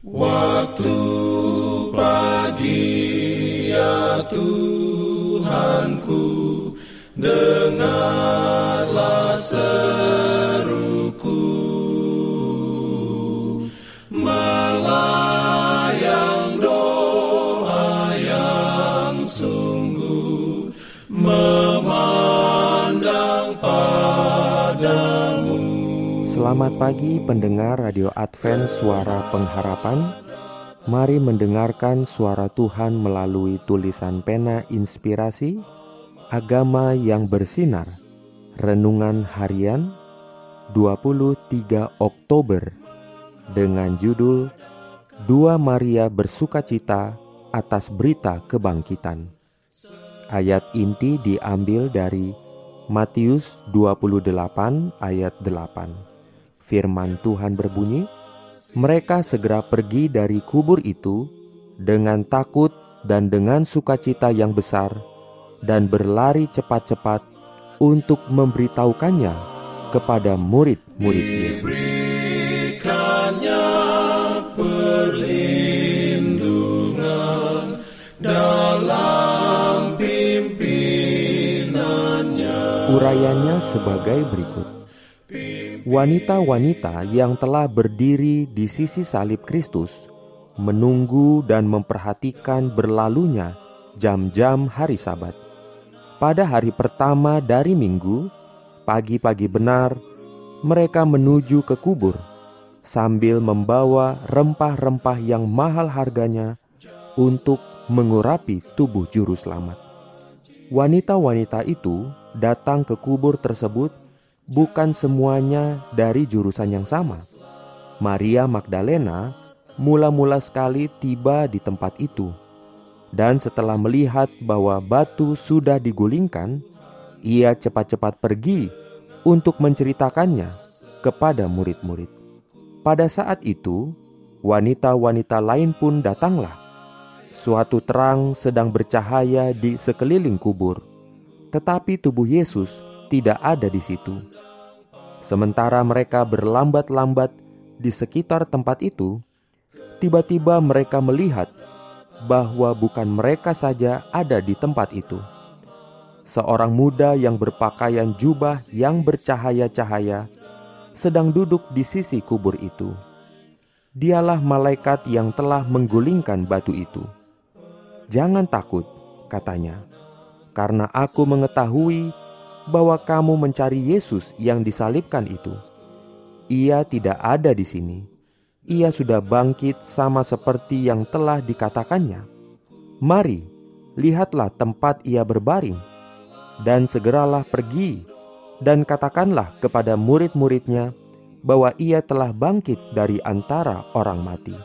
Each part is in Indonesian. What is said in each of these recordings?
Waktu pagi ya Tuhanku, dengarlah seruku, melayang doa yang sungguh, memandang padamu. Selamat pagi pendengar Radio Advent Suara Pengharapan. Mari mendengarkan suara Tuhan melalui tulisan pena inspirasi, Agama yang Bersinar, Renungan Harian 23 Oktober, dengan judul 2 Maria bersukacita atas berita kebangkitan. Ayat inti diambil dari Matius 28 ayat 8. Firman Tuhan berbunyi, mereka segera pergi dari kubur itu dengan takut dan dengan sukacita yang besar, dan berlari cepat-cepat untuk memberitahukannya kepada murid-murid Yesus. Berikannya perlindungan dalam pimpinannya. Urayanya sebagai berikut. Wanita-wanita yang telah berdiri di sisi salib Kristus menunggu dan memperhatikan berlalunya jam-jam hari Sabat. Pada hari pertama dari minggu, pagi-pagi benar, mereka menuju ke kubur sambil membawa rempah-rempah yang mahal harganya untuk mengurapi tubuh juru selamat. Wanita-wanita itu datang ke kubur tersebut bukan semuanya dari jurusan yang sama. Maria Magdalena mula-mula sekali tiba di tempat itu, dan setelah melihat bahwa batu sudah digulingkan, ia cepat-cepat pergi untuk menceritakannya kepada murid-murid. Pada saat itu, wanita-wanita lain pun datanglah. Suatu terang sedang bercahaya di sekeliling kubur, tetapi tubuh Yesus tidak ada di situ. Sementara mereka berlambat-lambat di sekitar tempat itu, tiba-tiba mereka melihat bahwa bukan mereka saja ada di tempat itu. Seorang muda yang berpakaian jubah yang bercahaya-cahaya sedang duduk di sisi kubur itu. Dialah malaikat yang telah menggulingkan batu itu. "Jangan takut," katanya, "karena aku mengetahui bahwa kamu mencari Yesus yang disalibkan itu. Ia tidak ada di sini. Ia sudah bangkit sama seperti yang telah dikatakannya. Mari, lihatlah tempat ia berbaring, dan segeralah pergi dan katakanlah kepada murid-muridnya bahwa ia telah bangkit dari antara orang mati.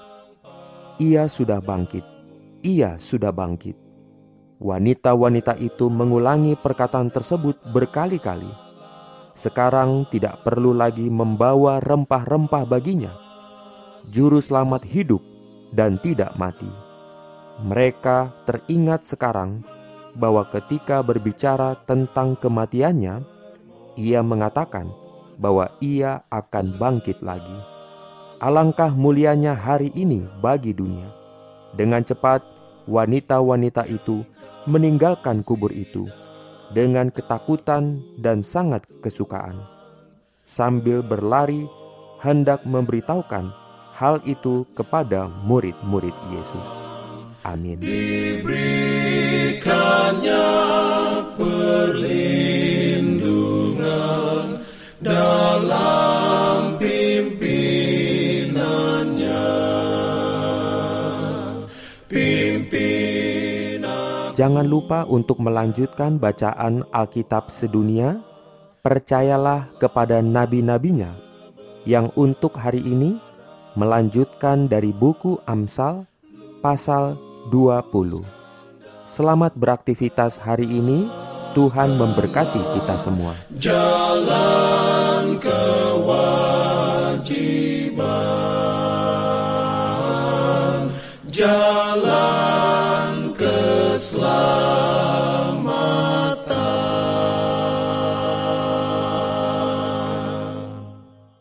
Ia sudah bangkit. Ia sudah bangkit." Wanita-wanita itu mengulangi perkataan tersebut berkali-kali. Sekarang tidak perlu lagi membawa rempah-rempah baginya. Juru selamat hidup dan tidak mati. Mereka teringat sekarang bahwa ketika berbicara tentang kematiannya, ia mengatakan bahwa ia akan bangkit lagi. Alangkah mulianya hari ini bagi dunia. Dengan cepat, wanita-wanita itu meninggalkan kubur itu dengan ketakutan dan sangat kesukaan, sambil berlari hendak memberitahukan hal itu kepada murid-murid Yesus. Amin. Diberikannya perlindungan dalam pimpinannya. Jangan lupa untuk melanjutkan bacaan Alkitab sedunia. Percayalah kepada nabi-nabinya, yang untuk hari ini melanjutkan dari buku Amsal pasal 20. Selamat beraktivitas hari ini. Tuhan memberkati kita semua. Jalan kewajiban